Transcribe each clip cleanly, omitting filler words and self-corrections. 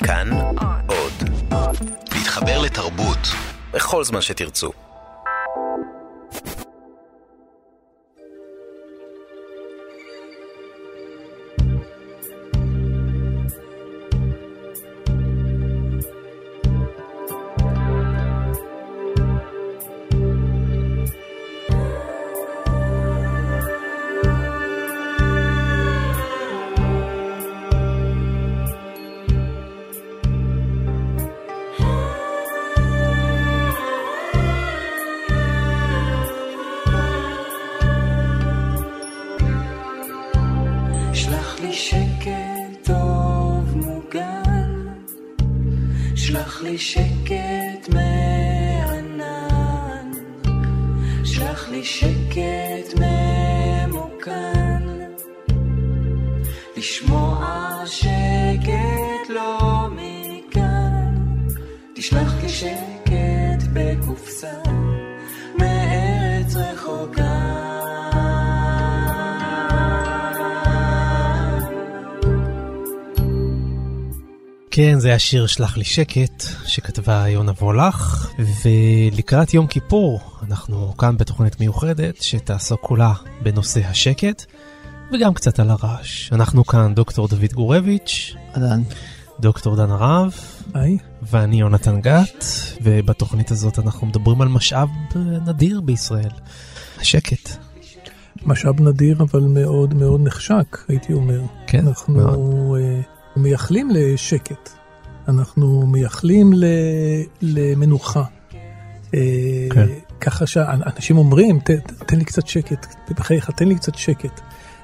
כאן עוד. להתחבר לתרבות בכל זמן שתרצו. כן, זה השיר שלח לי שקט שכתבה יונה וולך, ולקראת יום כיפור אנחנו כאן בתוכנית מיוחדת שתעסוק כולה בנושא השקט וגם קצת על הרעש. אנחנו כאן דוקטור דוד גורביץ', דוקטור דן הרב, ואני יונתן גת, ובתוכנית הזאת אנחנו מדברים על משאב נדיר בישראל, השקט. משאב נדיר אבל מאוד מאוד נחשק, הייתי אומר. כן, אנחנו מאוד. מייחלים לשקט, אנחנו מייחלים למנוחה, ככה שאנשים אומרים, תן לי קצת שקט, בחייך, תן לי קצת שקט.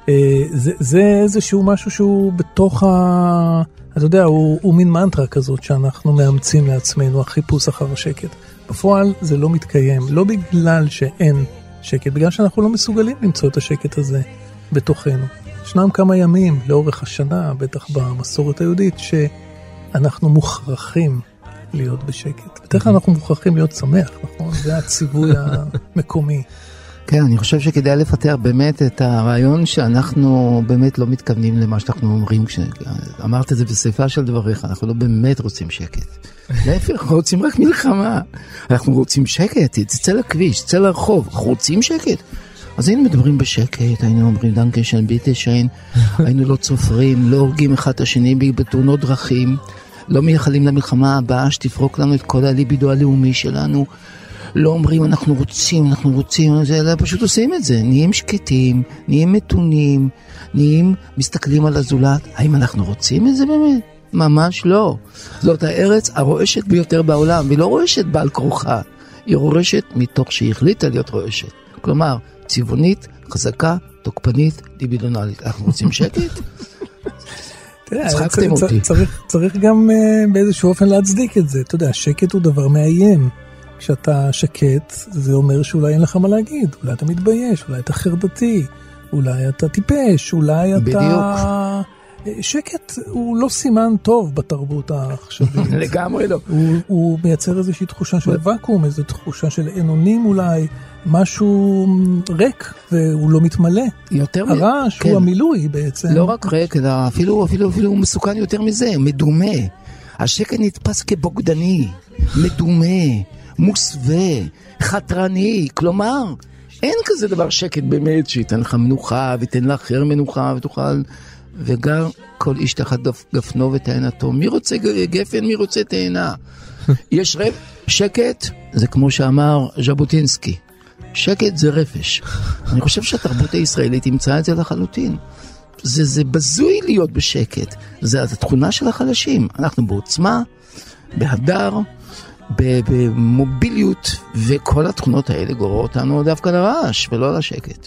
זה איזשהו משהו שהוא בתוך אתה יודע, הוא מין מנטרה כזאת שאנחנו מאמצים לעצמנו, החיפוש אחר השקט. בפועל זה לא מתקיים, לא בגלל שאין שקט, בגלל שאנחנו לא מסוגלים למצוא את השקט הזה בתוכנו. ישנם כמה ימים לאורך השנה, בטח במסורת היהודית, שאנחנו מוכרחים להיות בשקט. בטח אנחנו מוכרחים להיות שמח, נכון? זה הציווי המקומי. כן, אני חושב שכדאי לפתח באמת את הרעיון שאנחנו באמת לא מתכוונים למה שאנחנו אומרים. אמרת את זה בסעיפה של דבריך, אנחנו לא באמת רוצים שקט. להפך, אנחנו רוצים רק מלחמה. אנחנו רוצים שקט, תצא לכביש, תצא לרחוב, אנחנו רוצים שקט. אז היינו מדברים בשקט, היינו אומרים דנקשן, ביטשן, היינו לא צופרים, לא הורגים אחד את השני בתאונות דרכים, לא מייחלים למלחמה הבאה שתפרוק לנו את כל הליבידו הלאומי שלנו, לא אומרים אנחנו רוצים, אלא פשוט עושים את זה, נהיים שקטים, נהיים מתונים, נהיים מסתכלים על הזולת, האם אנחנו רוצים את זה באמת? ממש לא. זאת הארץ הרועשת ביותר בעולם, והיא לא רועשת בעל כרוחה, היא רועשת מתוך שהיא החליטה להיות רועשת. כלומר, צבעונית, חזקה, תוקפנית, ליבידונלית. אנחנו רוצים שקט? צחקתם אותי. צריך גם באיזשהו אופן להצדיק את זה. אתה יודע, שקט הוא דבר מאיים. כשאתה שקט, זה אומר שאולי אין לך מה להגיד. אולי אתה מתבייש, אולי אתה חרדתי, אולי אתה טיפש, אולי אתה... בדיוק. שקט הוא לא סימן טוב בתרבות העכשווית. לגמרי לא. הוא מייצר איזושהי תחושה של ואקום, איזו תחושה של אנונים אולי, משהו ריק, והוא לא מתמלא. הרעש הוא המילוי בעצם. לא רק ריק, אלא אפילו הוא מסוכן יותר מזה, מדומה. השקט נתפס כבוגדני, מדומה, מוסווה, חתרני, כלומר, אין כזה דבר שקט באמת, שייתן לך מנוחה, ותן לאחר מנוחה, ותוכל... וגר כל איש תחת גפנו ותאנתו. מי רוצה גפן, מי רוצה תאנה? יש שקט, זה כמו שאמר ז'בוטינסקי, שקט זה רפש. אני חושב שהתרבות הישראלית תמצא את זה לחלוטין. זה בזוי להיות בשקט. זה התכונה של החלשים. אנחנו בעוצמה, בהדר, במוביליות, וכל התכונות האלה גוררות אותנו דווקא לרעש ולא לשקט.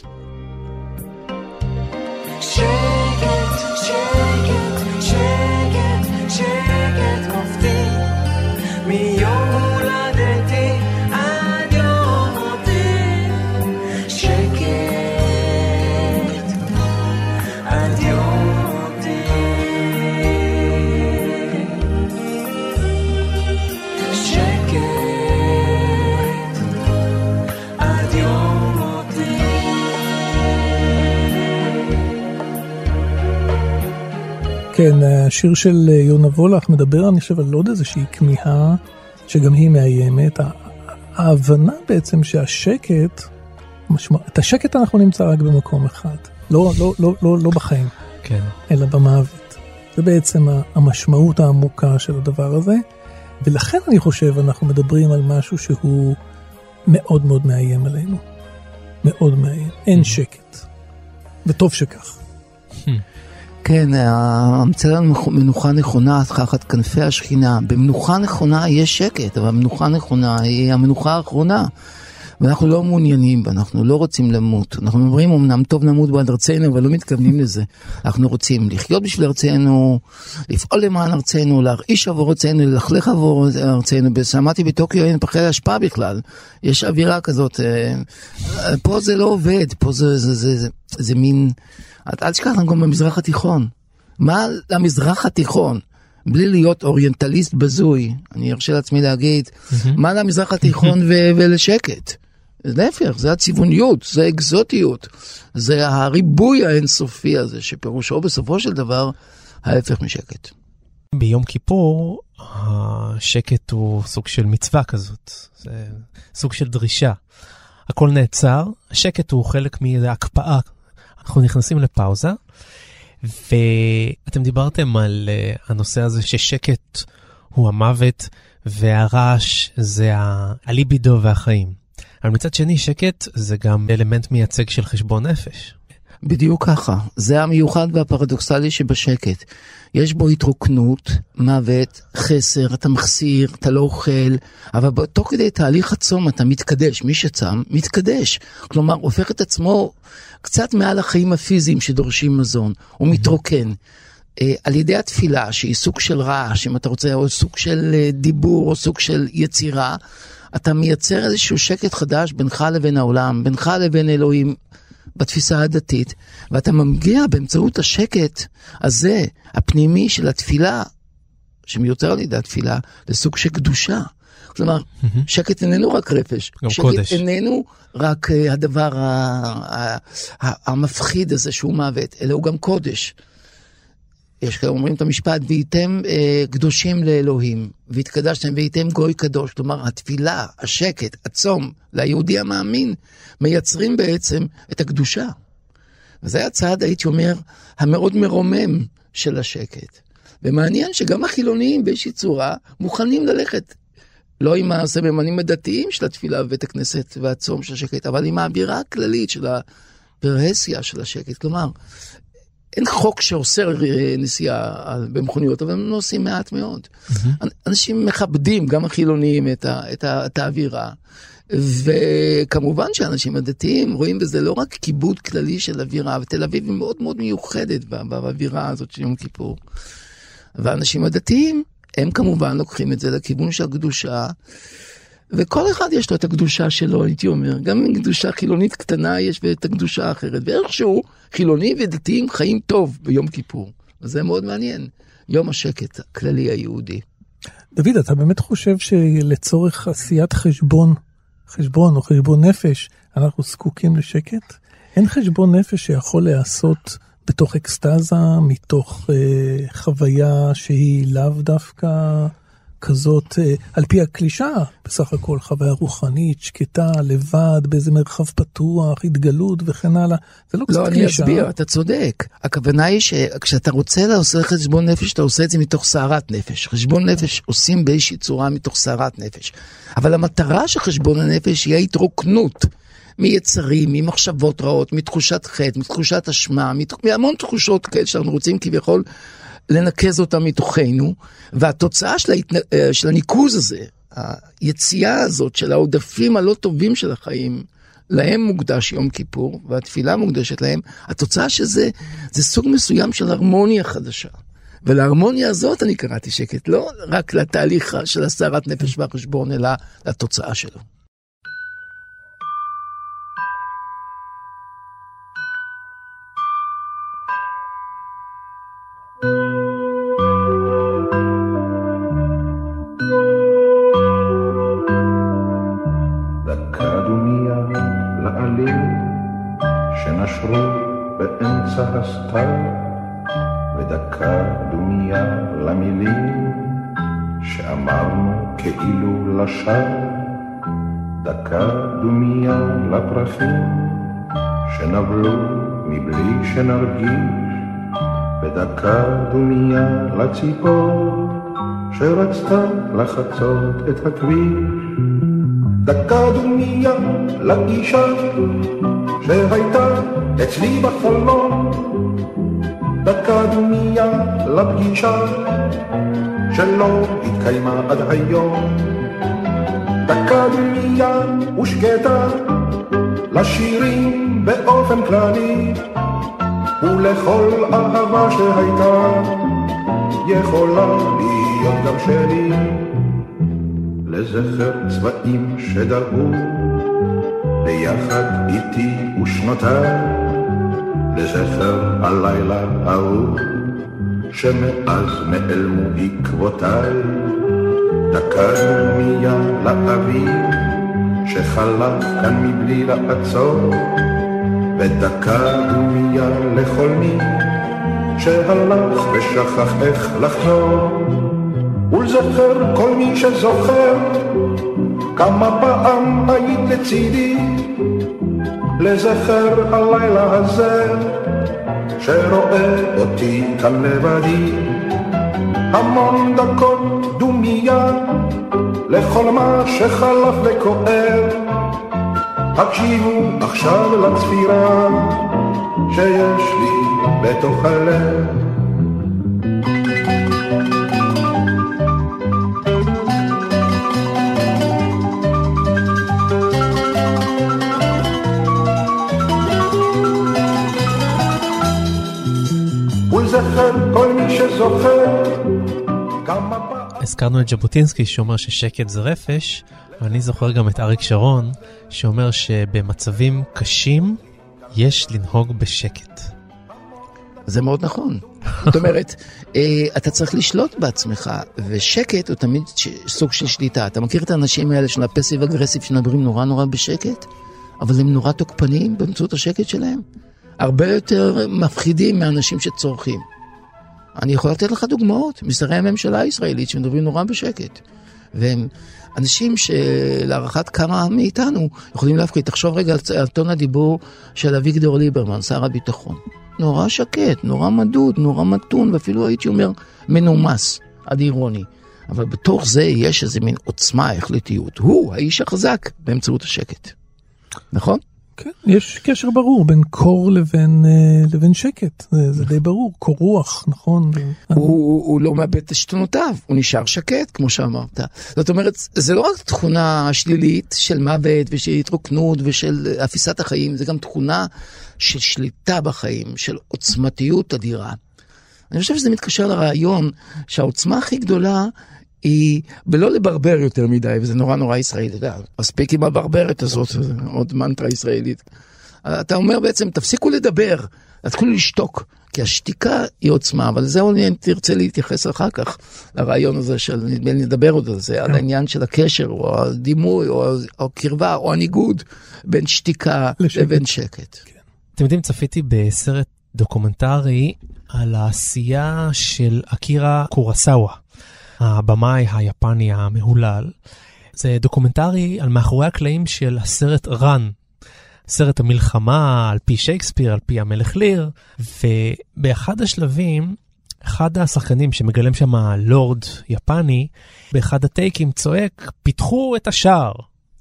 כן, השיר של יונה וולך מדבר, אני חושב, על עוד איזושהי כמיהה, שגם היא מאיימת. ההבנה בעצם שהשקט, את השקט אנחנו נמצא רק במקום אחד. לא בחיים, כן. אלא במוות. זה בעצם המשמעות העמוקה של הדבר הזה, ולכן אני חושב, אנחנו מדברים על משהו שהוא מאוד מאוד מאיים עלינו. מאוד מאיים. אין שקט. וטוב שכך. כן, המצאה מנוחה נכונה, תחת כנפי השכינה. במנוחה נכונה יש שקט, אבל המנוחה נכונה היא המנוחה האחרונה. ואנחנו לא מעוניינים בה, אנחנו לא רוצים למות. אנחנו אומרים, אמנם טוב נמות בעד ארצנו, אבל לא מתכוונים לזה. אנחנו רוצים לחיות בשביל ארצנו, לפעול למען ארצנו, להרעיש עבור ארצנו, ללכלך עבור ארצנו. שמעתי בטוקיו, אין פחי השפעה בכלל. יש אווירה כזאת. פה זה לא עובד, פה זה מין... אל תשכח, אנחנו גם במזרח התיכון. מה למזרח התיכון? בלי להיות אוריינטליסט בזוי, אני ארשה לעצמי להגיד, מה למזרח התיכון ולשקט? להפך, זה הצבעוניות, זה האקזוטיות, זה הריבוי האינסופי הזה, שפירושו בסופו של דבר, ההפך משקט. ביום כיפור, השקט הוא סוג של מצווה כזאת, זה סוג של דרישה. הכל נעצר, השקט הוא חלק מהקפאה, אנחנו נכנסים לפאוזה, ואתם דיברתם על הנושא הזה ששקט הוא המוות, והרעש זה הליבידו והחיים. אבל מצד שני, שקט זה גם אלמנט מייצג של חשבון נפש. בדיוק ככה. זה המיוחד והפרדוקסלי שבשקט. יש בו התרוקנות, מוות, חסר, אתה מחסיר, אתה לא אוכל, אבל תוך כדי תהליך הצום אתה מתקדש. מי שצם, מתקדש. כלומר, הופך את עצמו קצת מעל החיים הפיזיים שדורשים מזון. הוא מתרוקן. על ידי התפילה, שהיא סוג של רעש, אם אתה רוצה, או סוג של דיבור, או סוג של יצירה, אתה מייצר איזשהו שקט חדש בינך לבין העולם, בינך לבין אלוהים, בתפיסה הדתית, ואתה ממגיע באמצעות השקט הזה, הפנימי של התפילה, שמיותר על ידי התפילה, לסוג של קדושה. כלומר, שקט איננו רק רפש, שקט איננו רק הדבר המפחיד הזה שהוא מוות, אלא הוא גם קודש. יש כאלה אומרים את המשפט, והייתם קדושים לאלוהים, והתקדשתם והייתם גוי קדוש. כלומר, התפילה, השקט, הצום, ליהודי המאמין, מייצרים בעצם את הקדושה. וזה הצעד, הייתי אומר, המאוד מרומם של השקט. ומעניין שגם החילוניים באיזושהי צורה מוכנים ללכת, לא עם הסממנים הדתיים של התפילה ובית הכנסת והצום של השקט, אבל עם האווירה הכללית של הפרהסיה של השקט. כלומר, אין חוק שאוסר נסיעה במכוניות, אבל הם נוסעים מעט מאוד. אנשים מכבדים, גם החילוניים, את האווירה. וכמובן שאנשים הדתיים רואים בזה לא רק כיבוד כללי של אווירה, ותל אביב היא מאוד מאוד מיוחדת באווירה הזאת של יום כיפור. והאנשים הדתיים, הם כמובן לוקחים את זה לכיוון של הקדושה, וכל אחד יש לו את הקדושה שלו, הייתי אומר. גם עם קדושה חילונית קטנה יש את הקדושה האחרת. ואיכשהו חילוני ודתיים חיים טוב ביום כיפור. וזה מאוד מעניין. יום השקט הכללי היהודי. דוד, אתה באמת חושב שלצורך עשיית חשבון או חשבון נפש, אנחנו זקוקים לשקט? אין חשבון נפש שיכול לעשות בתוך אקסטאזה, מתוך חוויה שהיא לאו דווקא כזאת, על פי הקלישה, בסך הכל חוויה רוחנית, שקטה, לבד, באיזה מרחב פתוח, התגלות וכן הלאה. זה לא קצת קלישה. אני אסביר, אתה צודק. הכוונה היא שכשאתה רוצה לעשות חשבון נפש, אתה עושה את זה מתוך סערת נפש. חשבון נפש עושים באיזושהי צורה מתוך סערת נפש. אבל המטרה של חשבון הנפש היא ההתרוקנות מיצרים, ממחשבות רעות, מתחושת חטא, מתחושת אשמה, מהמון תחושות כאלה שאנחנו רוצים כביכול לנקז אותם מתוכנו, והתוצאה של הניקוז הזה, היציאה הזאת של העודפים הלא טובים של החיים, להם מוקדש יום כיפור, והתפילה מוקדשת להם, התוצאה שזה, זה סוג מסוים של הרמוניה חדשה. ולהרמוניה הזאת אני קראתי שקט, לא רק לתהליך של הסערת נפש והחשבון, אלא לתוצאה שלו. שנשרו באמצע הסתיו ודקה דומיה למילים שאמרנו כאילו לשם, דקה דומיה לפרחים שנבלו מבלי שנרגיש, ודקה דומיה לציפור שרצתה לחצות את הכביש, דקה דומיה לאישה שהייתה אצלי בחלום, דקה דומיה לפגישה שלא התקיימה עד היום, דקה דומיה ושקטה לשירים באופן כללי ולכל אהבה שהייתה יכולה להיות גם שלי, לזכר צבעים שדלעו ביחד איתי ושנותיי, לזכר הלילה ההוא שמאז נעלמו עקבותיי, דקה דומיה לאביב שחלף כאן מבלי לעצור, ודקה דומיה לכל מי שהלך ושכח איך לחזור, ולזכר כל מי שזוכר כמה פעם היית לצידי, לזכר הלילה הזה שרואה אותי כאן לבדי, המון דקות דומיה לכל מה שחלף וכואב, הקשיבו עכשיו לצפירה שיש לי בתוך הלב. ולזכר כל מי שזוכר כמה פעם. הזכרנו את ז'בוטינסקי שאומר ששקט זה רפש, ואני זוכר גם את אריק שרון שאומר שבמצבים קשים יש לנהוג בשקט. זה מאוד נכון. זאת אומרת, אתה צריך לשלוט בעצמך, ושקט הוא תמיד סוג של שליטה. אתה מכיר את האנשים האלה של הפסיב אגרסיב שנדברים נורא נורא בשקט, אבל הם נורא תוקפניים באמצעות השקט שלהם. הרבה יותר מפחידים מהאנשים שצורכים. אני יכול לתת לך דוגמאות משרי הממשלה הישראלית שמדברים נורא בשקט. והם אנשים שלהערכת כמה מאיתנו יכולים להפחיד. תחשוב רגע על טון הדיבור של אביגדור ליברמן, שר הביטחון. נורא שקט, נורא מדוד, נורא מתון, ואפילו הייתי אומר מנומס, עד אירוני. אבל בתוך זה יש איזה מין עוצמה, החלטיות. הוא האיש החזק באמצעות השקט. נכון? כן, יש קשר ברור בין קור לבין שקט, זה די ברור, קור רוח, נכון? הוא לא מאבד את שתנותיו, הוא נשאר שקט, כמו שאמרת. זאת אומרת, זה לא רק תכונה שלילית של מוות ושל התרוקנות ושל אפיסת החיים, זה גם תכונה של שליטה בחיים, של עוצמתיות אדירה. אני חושב שזה מתקשר לרעיון שהעוצמה הכי גדולה היא בלא לברבר יותר מדי, וזה נורא נורא ישראלי, אתה יודע, מספיק עם הברברת הזאת, עוד מנטרה ישראלית. אתה אומר בעצם, תפסיקו לדבר, תתחילו לשתוק, כי השתיקה היא עוצמה, אבל זה אני תרצה להתייחס אחר כך, לרעיון הזה של, נדבר עוד על זה, על העניין של הקשר, או הדימוי, או קרבה, או הניגוד, בין שתיקה לבין שקט. אתם יודעים, צפיתי בסרט דוקומנטרי, על העשייה של אקירה קורוסאווה, הבמאי היפני המהולל. זה דוקומנטרי על מאחורי הקלעים של הסרט רן, סרט המלחמה על פי שייקספיר, על פי המלך ליר, ובאחד השלבים, אחד השחקנים שמגלם שם לורד יפני, באחד הטייקים צועק, פיתחו את השער.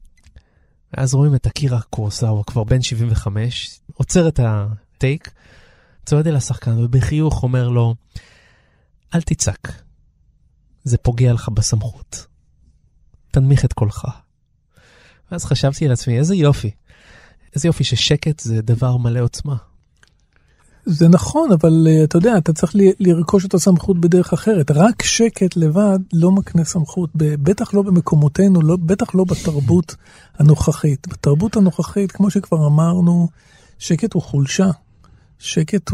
ואז רואים את אקירה קורוסאווה, כבר בן 75, עוצר את הטייק, צועד אל השחקן, ובחיוך אומר לו, אל תצעק. זה פוגע לך בסמכות. תנמיך את קולך. ואז חשבתי על עצמי, איזה יופי. איזה יופי ששקט זה דבר מלא עוצמה. זה נכון, אבל אתה יודע, אתה צריך לרכוש את הסמכות בדרך אחרת. רק שקט לבד לא מקנה סמכות. בטח לא במקומותינו, בטח לא בתרבות הנוכחית. בתרבות הנוכחית, כמו שכבר אמרנו, שקט הוא חולשה. שקט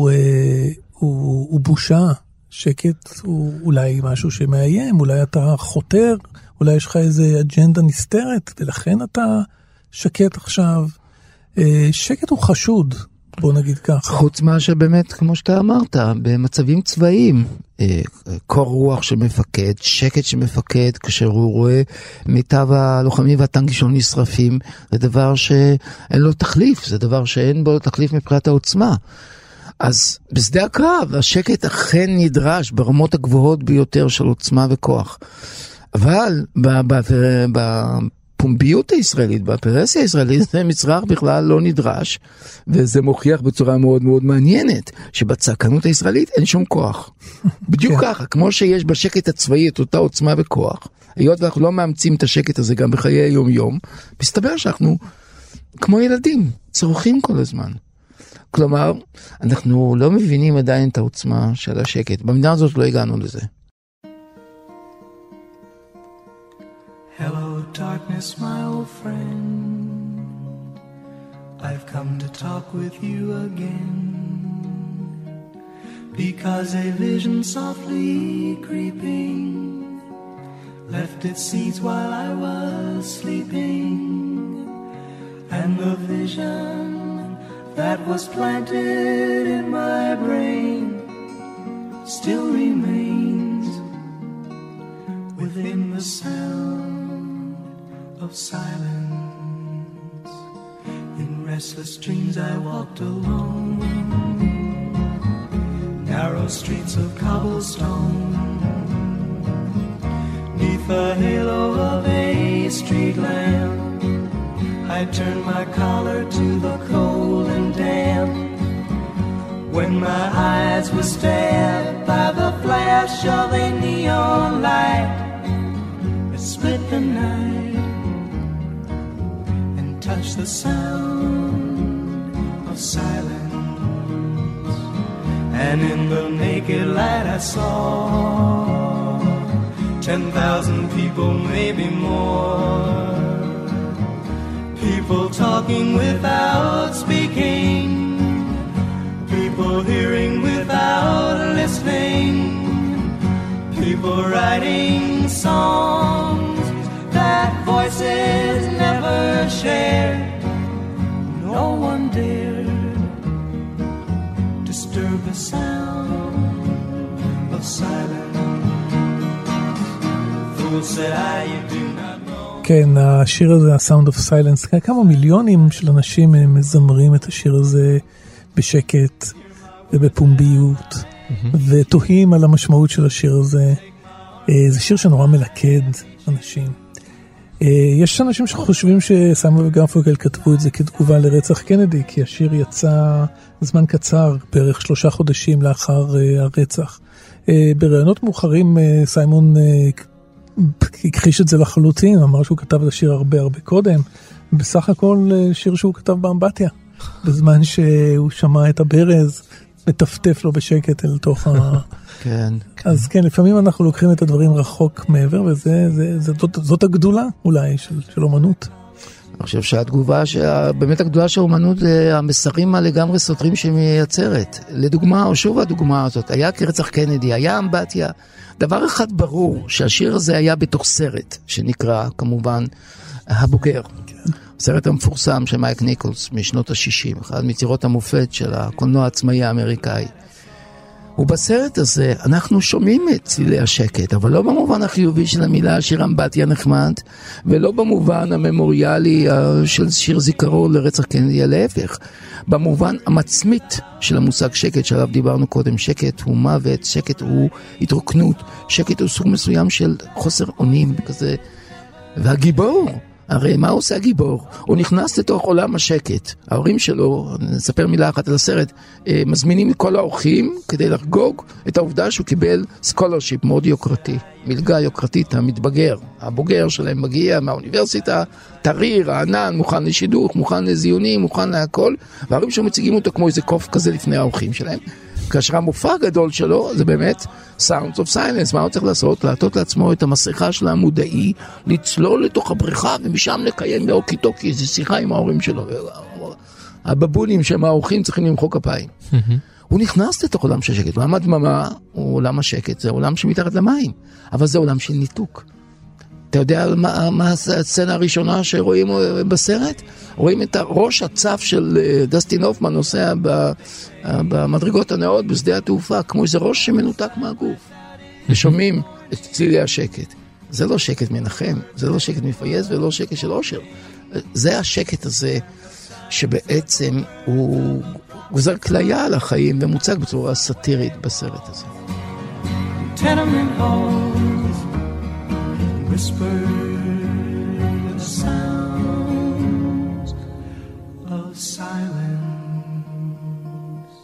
הוא בושה. שקט הוא אולי משהו שמאיים, אולי אתה חותר, אולי יש לך איזה אג'נדה נסתרת, ולכן אתה שקט עכשיו. שקט הוא חשוד, בוא נגיד ככה. חוץ מה שבאמת, כמו שאתה אמרת, במצבים צבאיים, קור רוח של מפקד, שקט של מפקד, כאשר הוא רואה מיטב הלוחמים והטנקים שלו נשרפים, זה דבר שאין לו תחליף, זה דבר שאין בו תחליף מבחינת העוצמה. אז בשדה הקרב, השקט אכן נדרש ברמות הגבוהות ביותר של עוצמה וכוח. אבל בפומביות הישראלית, בפרסיה הישראלית, זה מצרך בכלל לא נדרש, וזה מוכיח בצורה מאוד מאוד מעניינת, שבצעקנות הישראלית אין שום כוח. בדיוק ככה, כמו שיש בשקט הצבאי את אותה עוצמה וכוח, היות ואנחנו לא מאמצים את השקט הזה גם בחיי היום-יום, מסתבר שאנחנו כמו ילדים, צורכים כל הזמן. כלומר, אנחנו לא מבינים עדיין את העוצמה של השקט. במדינה הזאת לא הגענו לזה. Hello darkness, my old friend. I've come to talk with you again. Because a vision softly creeping left its seeds while I was sleeping. And the vision that was planted in my brain still remains within the sound of silence. In restless dreams I walked alone, narrow streets of cobblestone, neath the halo of a street lamp. I turned my collar to the cold and damp, when my eyes were stabbed by the flash of a neon light that split the night and touched the sound of silence. And in the naked light I saw 10,000 people, maybe more. People talking without speaking, people hearing without listening, people writing songs that voices never shared. No one dared disturb the sound of silence. Fool said I, you do not know. כן, השיר הזה, ה-Sound of Silence, כמה מיליונים של אנשים מזמרים את השיר הזה בשקט ובפומביות, ותוהים על המשמעות של השיר הזה. זה שיר שנורא מלכד אנשים. יש אנשים שחושבים שסיימון וגרפונקל כתבו את זה כתגובה לרצח קנדי, כי השיר יצא זמן קצר, בערך 3 חודשים לאחר הרצח. בראיונות מאוחרים סיימון הכחיש את זה לחלוטין, אמר שהוא כתב את השיר הרבה קודם, בסך הכל שיר שהוא כתב באמבטיה, בזמן שהוא שמע את הברז מטפטף לו בשקט אל תוך כן. אז כן, לפעמים אנחנו לוקחים את הדברים רחוק מעבר, וזאת הגדולה אולי של אומנות. אני חושב שהתגובה, באמת הגדולה של אומנות, המסרים הלגמרי סותרים שהיא מייצרת. לדוגמה, או שוב הדוגמה הזאת, היה כרצח קנדי, היה אמבטיה. דבר אחד ברור, שהשיר הזה היה בתוך סרט, שנקרא כמובן הבוגר. סרט המפורסם של מייק ניקולס משנות ה-60, אחד מיצירות המופת של הקולנוע העצמאי האמריקאי. ובסרט הזה אנחנו שומעים את צלילי השקט, אבל לא במובן החיובי של המילה שיר אמבטיה נחמד, ולא במובן הממוריאלי של שיר זיכרון לרצח קנדי, להפך. במובן המצמית של המושג שקט שעליו דיברנו קודם, שקט הוא מוות, שקט הוא התרוקנות, שקט הוא סוג מסוים של חוסר אונים כזה. והגיבור, הרי מה עושה הגיבור? הוא נכנס לתוך עולם השקט. ההורים שלו, נספר מילה אחת על הסרט, מזמינים את כל האורחים כדי לחגוג את העובדה שהוא קיבל סקולרשיפ מאוד יוקרתי, מלגה יוקרתית, המתבגר. הבוגר שלהם מגיע מהאוניברסיטה, טרי, רענן, מוכן לשידוך, מוכן לזיונים, מוכן להכל, וההורים שלו מציגים אותו כמו איזה קוף כזה לפני האורחים שלהם. כאשר המופע הגדול שלו זה באמת Sounds of Silence. מה הוא צריך לעשות? לעטות לעצמו את המסכה של המודעי, לצלול לתוך הבריכה ומשם לקיים באוקי טוקי איזו שיחה עם ההורים שלו. הבבונים שהם האורחים צריכים למחוא כפיים. הוא נכנס לתוך עולם של שקט. עולם הדממה הוא עולם השקט, זה עולם שמתחת למים, אבל זה עולם של ניתוק. אתה יודע מה הסצנה הראשונה שרואים בסרט? רואים את הראש הצף של דסטין הופמן נוסע במדרגות הנאות בשדה התעופה, כמו איזה ראש שמנותק מהגוף. ושומעים את צלילי השקט. זה לא שקט מנחם, זה לא שקט מפייס ולא שקט של אושר. זה השקט הזה שבעצם הוא גוזר כליה על החיים ומוצג בצורה סאטירית בסרט הזה. Tenement halls, whispered sounds of silence.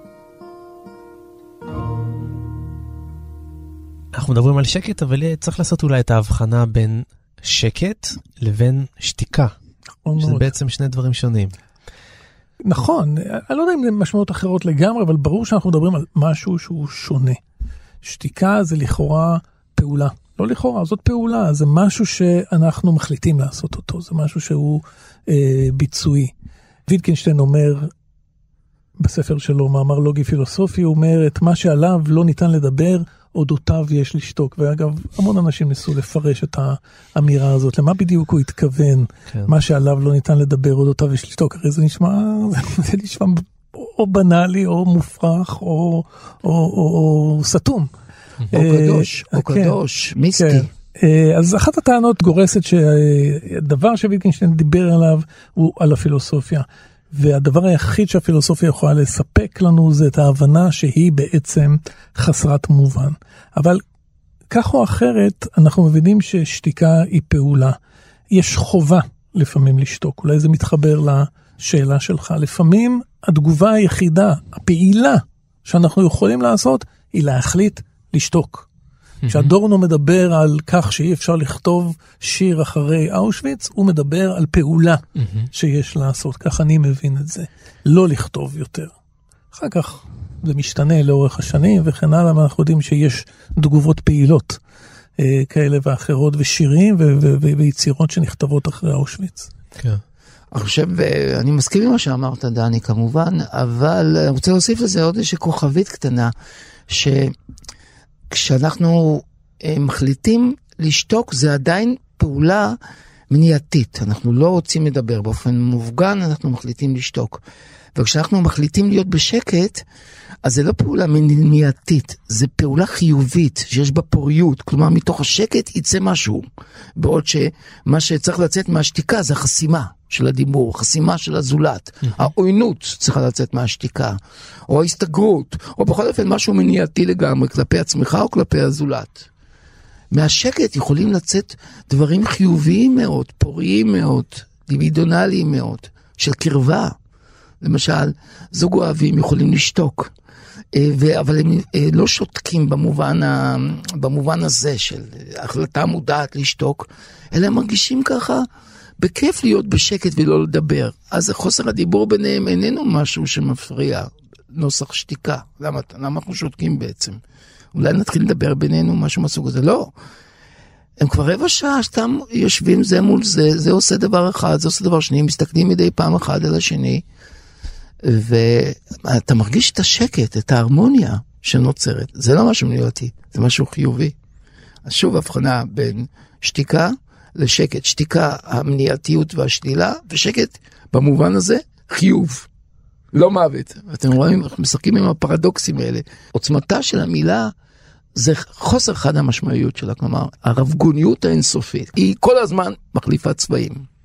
אנחנו מדברים על שקט, אבל צריך לעשות אולי את ההבחנה בין שקט לבין שתיקה. שזה בעצם שני דברים שונים. נכון, אני לא יודע אם זה משמעות אחרות לגמרי, אבל ברור שאנחנו מדברים על משהו שהוא שונה. שתיקה זה לכאורה פעולה. לא לכאורה, זאת פעולה, זה משהו שאנחנו מחליטים לעשות אותו, זה משהו שהוא ביצועי. ויטקנשטיין אומר, בספר שלו, מאמר לוגי פילוסופי, הוא אומר, את מה שעליו לא ניתן לדבר, אודותיו יש לשתוק. ואגב, המון אנשים ניסו לפרש את האמירה הזאת, למה בדיוק הוא התכוון, כן. מה שעליו לא ניתן לדבר, אודותיו יש לשתוק. הרי זה נשמע או בנאלי, או מופרך, או סתום. או קדוש, או קדוש, מיסטי. אז אחת הטענות גורסת שהדבר שוויטקנשטיין דיבר עליו הוא על הפילוסופיה. והדבר היחיד שהפילוסופיה יכולה לספק לנו זה את ההבנה שהיא בעצם חסרת מובן. אבל כך או אחרת אנחנו מבינים ששתיקה היא פעולה. יש חובה לפעמים לשתוק. אולי זה מתחבר לשאלה שלך. לפעמים התגובה היחידה, הפעילה שאנחנו יכולים לעשות היא להחליט לשתוק. כשאדורנו מדבר על כך שאי אפשר לכתוב שיר אחרי אושוויץ, הוא מדבר על פעולה שיש לעשות. כך אני מבין את זה. לא לכתוב יותר. אחר כך זה משתנה לאורך השנים וכן הלאה, אנחנו יודעים שיש תגובות פעילות כאלה ואחרות, ושירים ויצירות שנכתבות אחרי אושוויץ. כן. אני חושב, אני מסכים עם מה שאמרת, דני, כמובן, אבל אני רוצה להוסיף לזה עוד איזושהי כוכבית קטנה, כשאנחנו מחליטים לשתוק, זה עדיין פעולה מניעתית. אנחנו לא רוצים לדבר באופן מופגן, אנחנו מחליטים לשתוק. וכשאנחנו מחליטים להיות בשקט, אז זה לא פעולה מניעתית, זה פעולה חיובית, שיש בה פוריות. כלומר, מתוך השקט יצא משהו. בעוד שמה שצריך לצאת מהשתיקה זה החסימה של הדיבור, חסימה של הזולת. העוינות צריכה לצאת מהשתיקה, או ההסתגרות, או בכל אופן משהו מניעתי לגמרי, כלפי עצמך או כלפי הזולת. מהשקט יכולים לצאת דברים חיוביים מאוד, פוריים מאוד, דיבידונליים מאוד, של קרבה. למשל, זוג אוהבים יכולים לשתוק, אבל הם לא שותקים במובן הזה של החלטה מודעת לשתוק, אלא הם מרגישים ככה בכיף להיות בשקט ולא לדבר. אז חוסר הדיבור ביניהם איננו משהו שמפריע, נוסח שתיקה. למה אנחנו שותקים בעצם? אולי נתחיל לדבר בינינו משהו מסוג הזה. לא. הם כבר רבע שעה סתם יושבים זה מול זה, זה עושה דבר אחד, זה עושה דבר שני, מסתכלים מדי פעם אחד על השני, ואתה מרגיש את השקט, את ההרמוניה שנוצרת. זה לא משהו מניעתי, זה משהו חיובי. אז שוב הבחנה בין שתיקה לשקט. שתיקה, המניעתיות והשלילה, ושקט במובן הזה חיוב, לא מוות. אתם רואים, אנחנו משחקים עם הפרדוקסים האלה. עוצמתה של המילה זה חוסר חד המשמעיות שלה, כלומר, הרבגוניות האינסופית, היא כל הזמן מחליפה צבעים.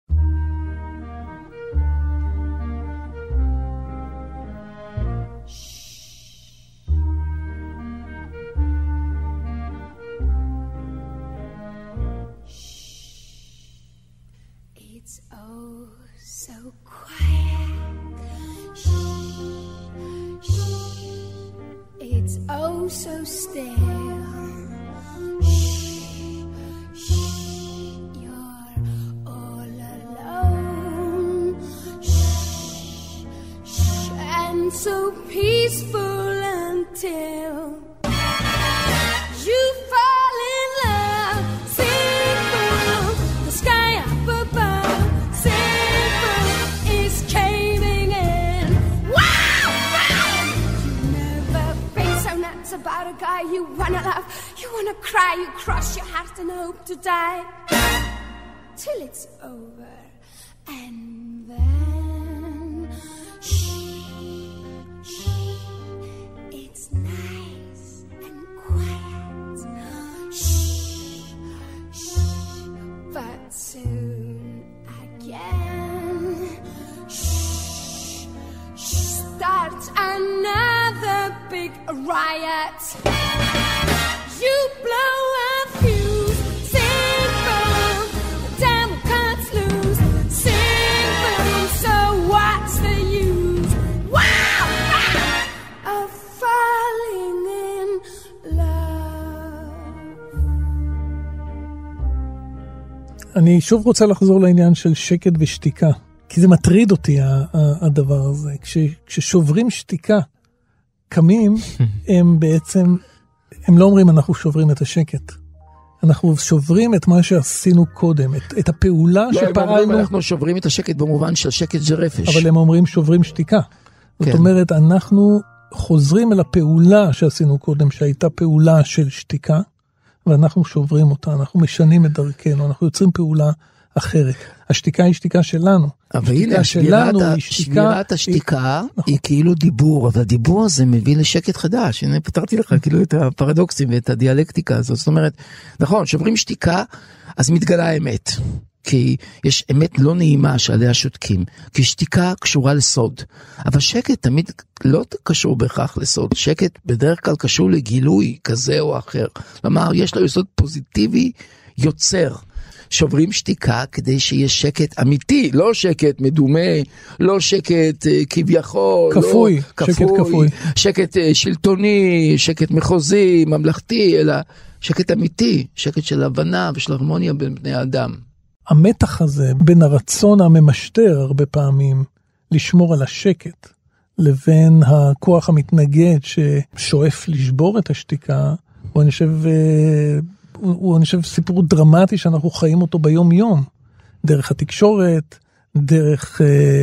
It's oh so still. Shh, shh, you're all alone. Shh, shh, and so peaceful until you fall in love. Simple, the sky up above. Simple is caving in. Wow, wow. About a guy you wanna cry, you cross your heart and hope to die till it's over. And then shh, it's nice and quiet. Shh, but soon again starts another big riot. You blow a fuse, sing boom, the damn cuts loose, sing boom, so what's the use? Wow! Of falling in love. אני שוב רוצה לחזור לעניין של שקט ושתיקה, כי זה מטריד אותי הדבר הזה. כששוברים שתיקה, קמים, הם בעצם, הם לא אומרים אנחנו שוברים את השקט. אנחנו שוברים את מה שעשינו קודם, את הפעולה שפעלנו. אנחנו שוברים את השקט במובן של שקט זה רפש. אבל הם אומרים שוברים שתיקה. זאת אומרת, אנחנו חוזרים אל הפעולה שעשינו קודם, שהייתה פעולה של שתיקה, ואנחנו שוברים אותה, אנחנו משנים את דרכנו, אנחנו יוצרים פעולה אחרת. השתיקה היא שתיקה שלנו. אבל הנה, שבירת השתיקה היא כאילו דיבור, אבל הדיבור הזה מביא לשקט חדש. הנה, פתרתי לך כאילו את הפרדוקסים ואת הדיאלקטיקה הזאת. זאת אומרת, נכון, שוברים שתיקה, אז מתגלה האמת. כי יש אמת לא נעימה שעליה שותקים. כי שתיקה קשורה לסוד. אבל שקט תמיד לא קשור בהכרח לסוד. שקט בדרך כלל קשור לגילוי כזה או אחר. כלומר, יש לו יסוד פוזיטיבי יוצר. שוברים שתיקה כדי שיהיה שקט אמיתי, לא שקט מדומה, לא שקט כביכול, כפוי, לא, שקט כפוי. שקט שלטוני, שקט מחוזי, ממלכתי, אלא שקט אמיתי, שקט של הבנה ושל הרמוניה בין בני האדם. המתח הזה בין הרצון הממשטר הרבה פעמים לשמור על השקט, לבין הכוח המתנגד ששואף לשבור את השתיקה, אני חושב סיפור דרמטי שאנחנו חיים אותו ביום יום, דרך התקשורת, דרך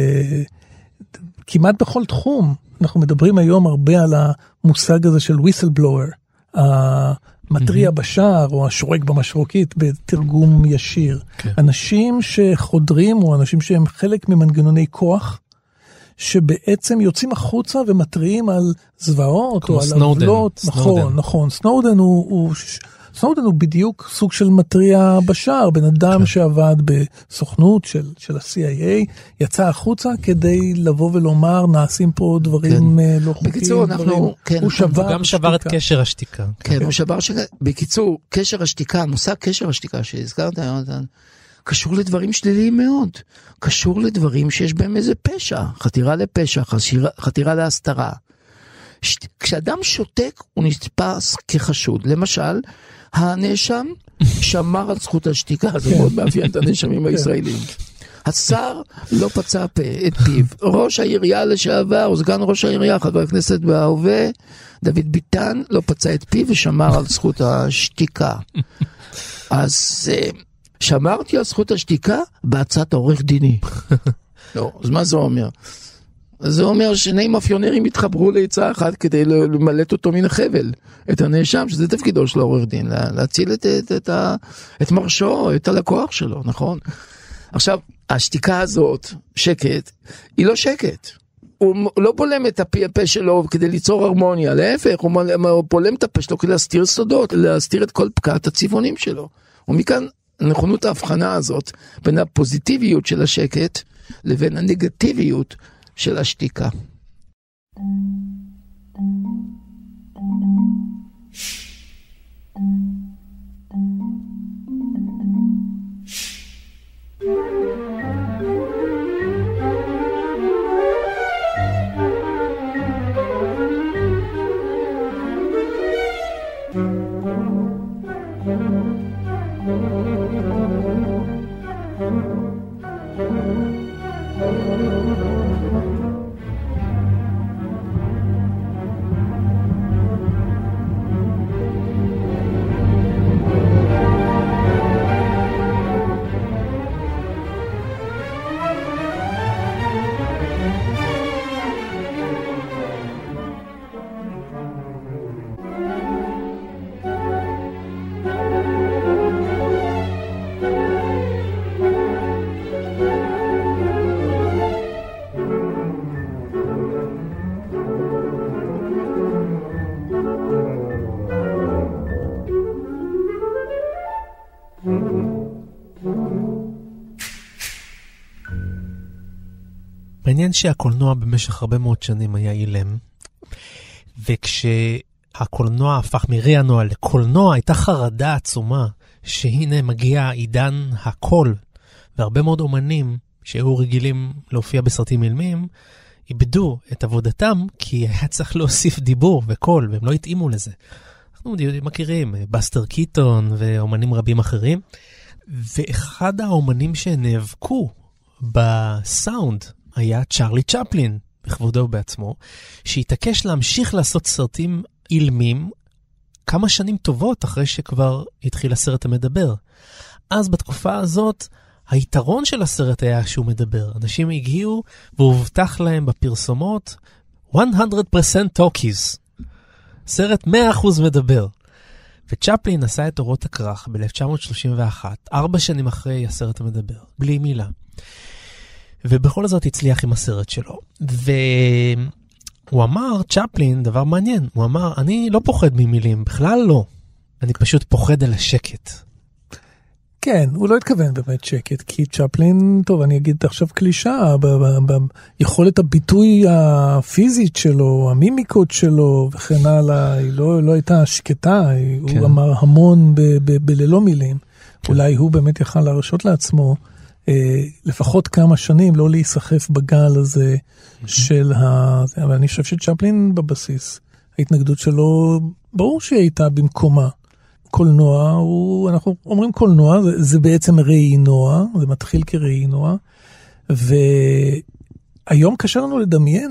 כמעט בכל תחום. אנחנו מדברים היום הרבה על המושג הזה של whistleblower, המטריע בשער או השורק במשרוקית בתרגום ישיר. כן. אנשים שחודרים או אנשים שהם חלק ממנגנוני כוח, שבעצם יוצאים החוצה ומטריעים על זוועות או על עוולות. נכון. סנודן הוא בדיוק סוג של מטריע בשער, בן אדם שעבד בסוכנות של ה-CIA, יצא החוצה כדי לבוא ולומר, נעשים פה דברים לא חוקיים. בקיצור, הוא גם שבר את קשר השתיקה. כן, הוא שבר בקיצור, קשר השתיקה, המושג קשר השתיקה שהזכרת, קשור לדברים שליליים מאוד. קשור לדברים שיש בהם איזה פשע, חתירה לפשע, חתירה להסתרה. כשאדם שותק הוא נתפס כחשוד. למשל, הנאשם שמר על זכות השתיקה, זה מאוד מאפיין את הנאשמים הישראלים. השר לא פצע את פיו. ראש העירייה לשעבר, או סגן ראש העירייה, חבר הכנסת בהווה, דוד ביטן, לא פצע את פיו ושמר על זכות השתיקה. אז שמרתי על זכות השתיקה בהצעת העורך דיני. לא, אז מה זה אומר? זה אומר שני מאפיונרים התחברו לעצה אחת כדי למלט אותו מן החבל, את הנאשם, שזה תפקידו של העורך דין, להציל את מרשו, את הלקוח שלו, נכון? עכשיו, השתיקה הזאת, שקט, היא לא שקט. הוא לא בולם את הפה שלו כדי ליצור הרמוניה, להפך, הוא בולם את הפה שלו כדי להסתיר סודות, להסתיר את כל פקעת הצבעונים שלו. ומכאן נכונות ההבחנה הזאת, בין הפוזיטיביות של השקט, לבין הנגטיביות של השתיקה. העניין שהקולנוע במשך הרבה מאוד שנים היה אילם, וכשהקולנוע הפך מרענוע לקולנוע, הייתה חרדה עצומה, שהנה מגיע עידן הקול, והרבה מאוד אומנים שהיו רגילים להופיע בסרטים אילמים, איבדו את עבודתם, כי היה צריך להוסיף דיבור וקול, והם לא התאימו לזה. אנחנו מכירים, בסטר קיטון ואומנים רבים אחרים, ואחד האומנים שנאבקו בסאונד היה צ'רלי צ'פלין, בכבודו בעצמו, שהתעקש להמשיך לעשות סרטים אילמים כמה שנים טובות אחרי שכבר התחיל הסרט המדבר. אז בתקופה הזאת, היתרון של הסרט היה שהוא מדבר. אנשים הגיעו והובטח להם בפרסומות 100% talkies. סרט 100% מדבר. וצ'פלין עשה את אורות הכרך ב-1931, 4 שנים אחרי הסרט המדבר, בלי מילה. ובכל זאת הצליח עם הסרט שלו. והוא אמר, צ'פלין, דבר מעניין, הוא אמר, אני לא פוחד ממילים, בכלל לא. אני פשוט פוחד על השקט. כן, הוא לא התכוון באמת שקט, כי צ'פלין, טוב, אני אגיד עכשיו קלישה, ביכולת הביטוי הפיזית שלו, המימיקות שלו וכן הלאה, היא לא הייתה שקטה, כן. הוא אמר המון בללא מילים. כן. אולי הוא באמת יכל להרשות לעצמו, לפחות כמה שנים לא להיסחף בגל הזה של אבל אני חושב שצ'פלין בבסיס, ההתנגדות שלו, ברור שהיא הייתה במקומה. קולנוע, אנחנו אומרים קולנוע, זה בעצם ראינוע, זה מתחיל כראינוע, והיום קשה לנו לדמיין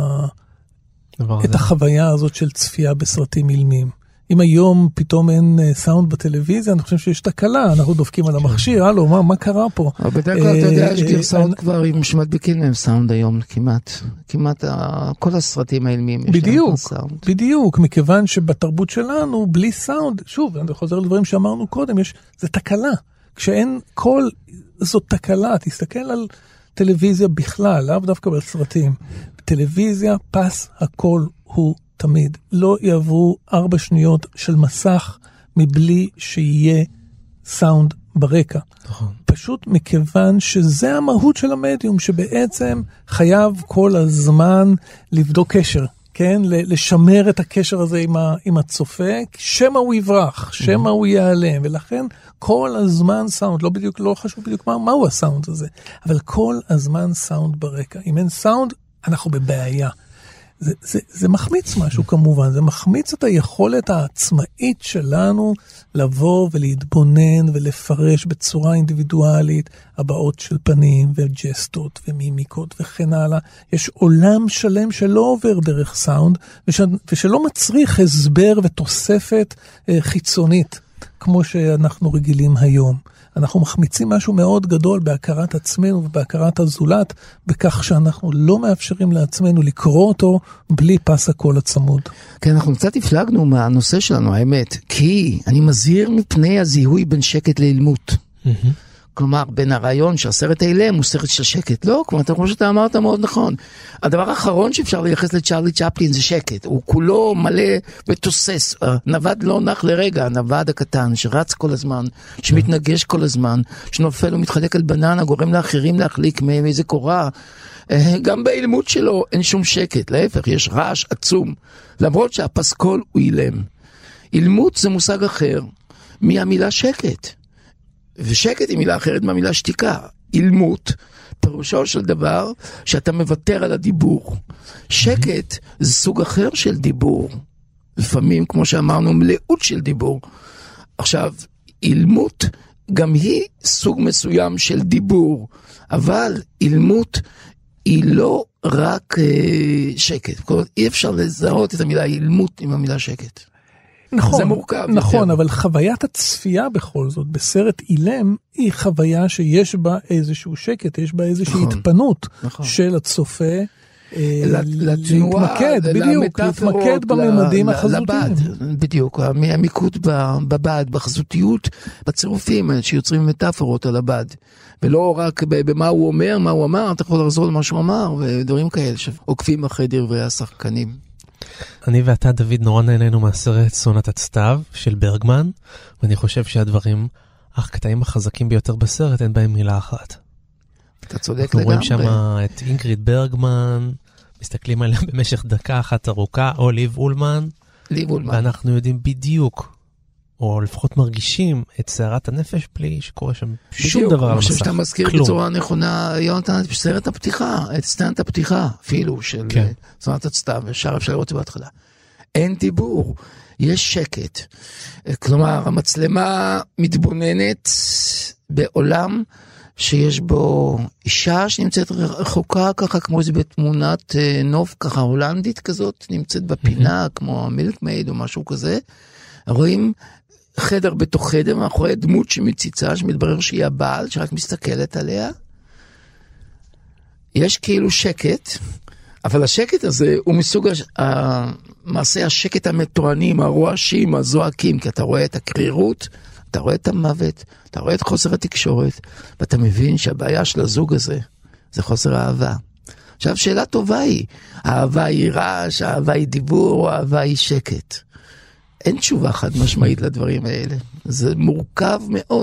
את החוויה הזאת של צפייה בסרטים אילמים. אם היום פתאום אין סאונד בטלוויזיה, אני חושב שיש תקלה, אנחנו דופקים על המכשיר, הלו, מה קרה פה? אבל בדרך כלל, אתה יודע, יש גרסאות כבר עם שמדביקים להם סאונד היום, כמעט כל הסרטים האילמים יש להם סאונד. בדיוק, מכיוון שבתרבות שלנו, בלי סאונד, שוב, אני חוזר לדברים שאמרנו קודם, זה תקלה. כשאין קול, זאת תקלה, תסתכל על טלוויזיה בכלל, לאו דווקא בסרטים. בטלוויזיה, פס הקול הוא תמיד. לא יעברו 4 שניות של מסך מבלי שיהיה סאונד ברקע. נכון. פשוט מכיוון שזה המהות של המדיום, שבעצם חייב כל הזמן לבדוק קשר, כן? לשמר את הקשר הזה עם הצופה, שמה הוא יברח, שמה הוא ייעלם, ולכן כל הזמן סאונד, לא חשוב בדיוק מהו הסאונד הזה, אבל כל הזמן סאונד ברקע. אם אין סאונד, אנחנו בבעיה. זה מחמיץ משהו כמובן, זה מחמיץ את היכולת העצמאית שלנו לבוא ולהתבונן ולפרש בצורה אינדיבידואלית הבעות של פנים וג'סטות ומימיקות וכן הלאה. יש עולם שלם שלא עובר דרך סאונד ושלא מצריך הסבר ותוספת חיצונית כמו שאנחנו רגילים היום. אנחנו מחמיצים משהו מאוד גדול בהכרת עצמנו ובהכרת הזולת, בכך שאנחנו לא מאפשרים לעצמנו לקרוא אותו בלי פס הקול הצמוד. כן, אנחנו קצת הפלגנו מהנושא שלנו, האמת, כי אני מזהיר מפני הזיהוי בין שקט לאילמות. כלומר, בין הרעיון שהסרט האילם הוא סרט של שקט. לא, כמו שאתה אמרת מאוד נכון. הדבר האחרון שאפשר לייחס לצ'רלי צ'פלין זה שקט. הוא כולו מלא ותוסס. הנווד לא נח לרגע, הנווד הקטן שרץ כל הזמן, שמתנגש כל הזמן, שנופל ומתחלק על בננה, גורם לאחרים להחליק מאיזה קורה. גם באילמות שלו אין שום שקט. להפך, יש רעש עצום. למרות שהפסקול הוא אילם. אילמות זה מושג אחר מהמילה שקט. ושקט היא מילה אחרת מהמילה שתיקה. אילמות, פירושו של דבר שאתה מוותר על הדיבור. שקט זה סוג אחר של דיבור. לפעמים, כמו שאמרנו, מלאות של דיבור. עכשיו, אילמות גם היא סוג מסוים של דיבור. אבל אילמות היא לא רק שקט. כלומר, אי אפשר לזהות את המילה אילמות עם המילה שקט. נכון, זה מורכב. נכון, יותר. אבל חוויית הצפייה בכל זאת, בסרט אילם, היא חוויה שיש בה איזשהו שקט, יש בה איזושהי התפנות של הצופה, להתמקד, בדיוק, להתמקד בממדים החזותיים. בדיוק, המיקוד בבד, בחזותיות, בצירופים שיוצרים מטאפורות על הבד, ולא רק במה הוא אומר, מה הוא אמר, אתה יכול לחזור למה שהוא אמר, ודברים כאלה שעוקבים אחרי דברי השחקנים. אני ואתה, דוד, נורא נהנינו מהסרט סונת סתיו של ברגמן, ואני חושב שהדברים, הקטעים החזקים ביותר בסרט, אין בהם מילה אחת. אתה צודק אנחנו לגמרי. רואים שם את אינגריד ברגמן, מסתכלים עליה במשך דקה אחת ארוכה, או ליב אולמן, ואנחנו יודעים בדיוק, או לפחות מרגישים את סערת הנפש בלי שקורה שם שום דבר על המסך. אני חושב שאתה מזכיר בצורה נכונה, יונתן, סרט הפתיחה, את סצנת הפתיחה, אפילו, של סצנת הצטב, ושאר אפשר לראות בהתחלה. אין דיבור, יש שקט. כלומר, המצלמה מתבוננת בעולם שיש בו אישה שנמצאת רחוקה ככה, כמו זה בתמונת נוף ככה הולנדית כזאת, נמצאת בפינה, כמו המילקמייד או משהו כזה. רואים חדר בתוך חדר, מאחורי דמות שמציצה, שמתברר שהיא הבעל, שרק מסתכלת עליה. יש כאילו שקט, אבל השקט הזה הוא מסוג מעשה השקט המתואנים, הרועשים, הזועקים, כי אתה רואה את הקרירות, אתה רואה את המוות, אתה רואה את חוסר התקשורת, ואתה מבין שהבעיה של הזוג הזה, זה חוסר האהבה. עכשיו, שאלה טובה היא, האהבה היא רעש, האהבה היא דיבור, האהבה היא שקט. אין תשובה חד משמעית לדברים האלה. זה מורכב מאוד.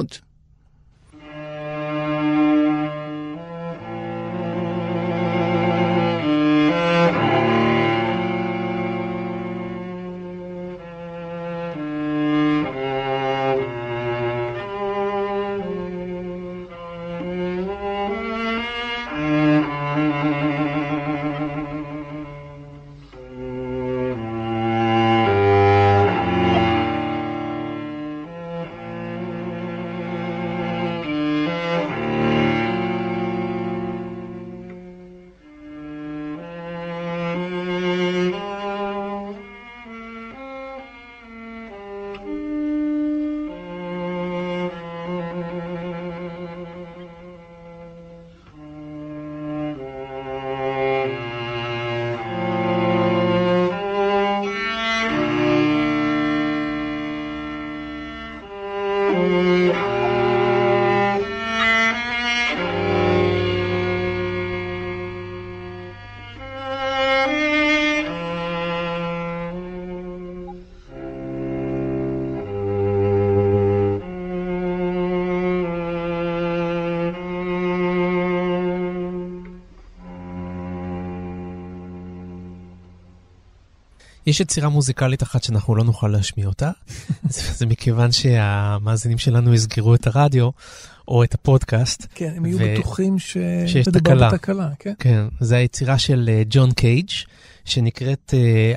יש יצירה מוזיקלית אחת שאנחנו לא נוכל להשמיע אותה, זה מכיוון שהמאזינים שלנו יסגרו את הרדיו, או את הפודקאסט. כן, הם יהיו בטוחים שיש מדובר בתקלה. כן, זה היצירה של ג'ון קייג' שנקראת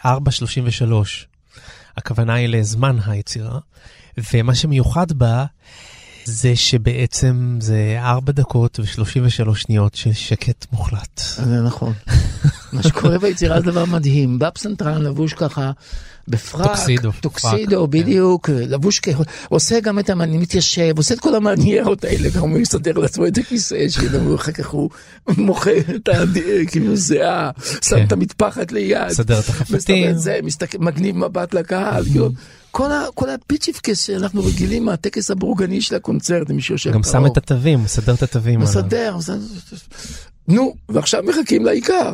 433. הכוונה היא לזמן היצירה, ומה שמיוחד בה, זה שבעצם זה 4 דקות ו33 שניות של שקט מוחלט. זה נכון. מה שקורה ביצירה זה דבר מדהים. בפסנתרן לבוש ככה בפרק, טוקסידו, בדיוק, לבוש ככה, עושה גם את המעניין, מתיישב, עושה את כל המעניירות האלה, גם הוא מסתדר לעצמו את הכיסא שלו, אחר כך הוא מוכר את כאילו זהה, שם את המטפחת ליד, מסתדר את החפתים, מגניב מבט לקהל, כל הפיצ'יפקס שאנחנו רגילים מהטקס הבורגני של הקונצרט, מי שיושב גם שם את התווים, מסדר את התווים. מסדר, נו, ועכשיו מחכים לעיקר.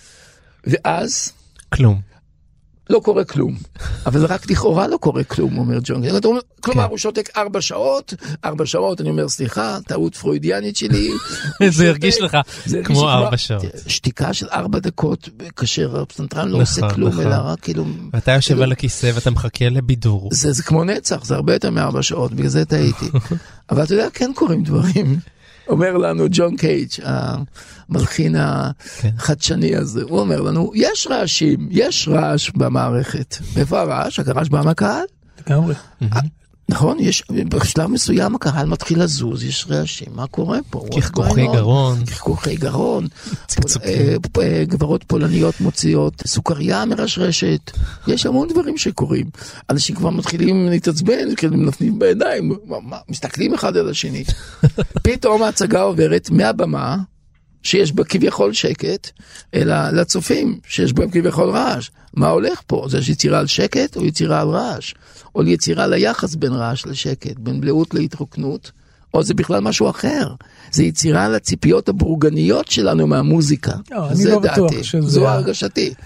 ואז כלום. לא קורה כלום. אבל רק לכאורה לא קורה כלום, אומר ג'ון. כלומר, הוא שותק 4 שעות, 4 שעות, אני אומר, סליחה, טעות פרוידיאנית שלי. זה ירגיש לך כמו 4 שעות. שתיקה של 4 דקות, כאשר הפסנתרן לא עושה כלום, אלא רק כאילו... ואתה יושב על הכיסא ואתה מחכה לבידור. זה כמו נצח, זה הרבה יותר מ4 שעות, בגלל זה טעיתי. אבל אתה יודע, כן קוראים דברים. אומר לנו ג'ון קייג', המלחין החדשני הזה, הוא אומר לנו, יש רעשים, יש רעש במערכת. איפה הרעש? הרעש בא מהקהל? לגמרי. נכון, בשלב מסוים הקהל מתחיל לזוז, יש רעשים, מה קורה פה? כחכוכי גרון. כחכוכי גרון. גברות פולניות מוציאות, סוכריה מרשרשת, יש המון דברים שקורים. אנשים כבר מתחילים להתעצבן, נפנים בידיים, מסתכלים אחד על השני. פתאום ההצגה עוברת מהבמה, שיש בה כביכול שקט, אלא לצופים, שיש בה כביכול רעש. מה הולך פה? זה יצירה על שקט או יצירה על רעש? או יצירה ליחס בין רעש לשקט, בין בלעות להתרוקנות, או זה בכלל משהו אחר. זה יצירה על הציפיות הבורגניות שלנו מהמוזיקה. אני לא בטוח שזה... זו הרגשתי.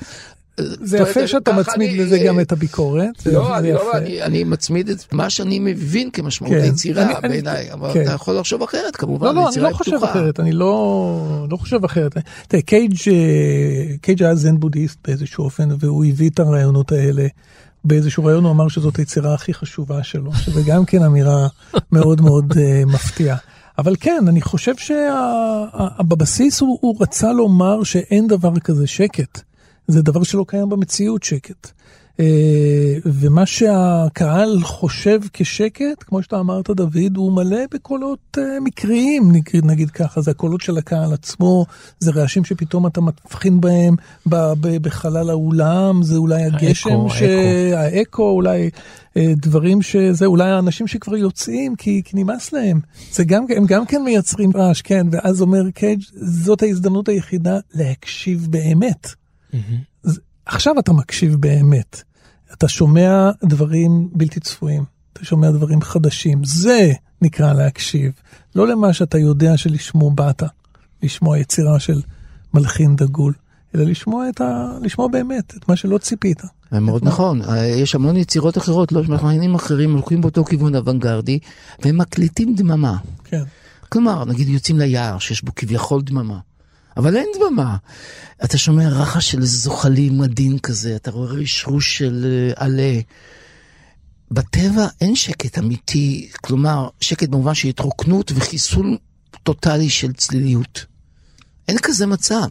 זה יפה שאתה מצמיד לזה גם את הביקורת. לא, אני מצמיד את מה שאני מבין כמשמעות היצירה בעיניי, אבל אתה יכול לחשוב אחרת כמובן. לא, אני לא חושב אחרת, אני לא חושב אחרת. תראה, קייג' היה זן בודהיסט באיזשהו אופן, והוא הביא את הרעיונות האלה. באיזשהו רעיון הוא אמר שזאת היצירה הכי חשובה שלו, שזה גם כן אמירה מאוד מאוד מפתיעה. אבל כן, אני חושב שבבסיס הוא רצה לומר שאין דבר כזה שקט. זה דבר שלא קיים במציאות שקט. ומה שהקהל חושב כשקט, כמו שאתה אמרת דוד, הוא מלא בקולות מקריים, נגיד ככה, זה הקולות של הקהל עצמו, זה רעשים שפתאום אתה מבחין בהם בחלל האולם, זה אולי הגשם, האקו, אולי דברים שזה, אולי האנשים שכבר יוצאים כי נמאס להם. הם גם כן מייצרים רעש, כן, ואז אומר קייג' זאת ההזדמנות היחידה להקשיב באמת. עכשיו אתה מקשיב באמת. אתה שומע דברים בלתי צפויים, אתה שומע דברים חדשים, זה נקרא להקשיב, לא למה שאתה יודע שלשמו באת, לשמוע יצירה של מלחין דגול, אלא לשמוע באמת את מה שלא ציפית. מאוד נכון, יש המון יצירות אחרות, לא מלחינים אחרים, הולכים באותו כיוון אוונגרדי, והם מקליטים דממה. כן. כלומר, נגיד יוצאים ליער, שיש בו כביכול דממה. אבל אין דממה. אתה שומע רחש של זוחלים מדהים כזה, אתה רואה רשרוש של עלה. בטבע אין שקט אמיתי, כלומר, שקט במובן של התרוקנות וחיסול טוטלי של צליליות. אין כזה מצב.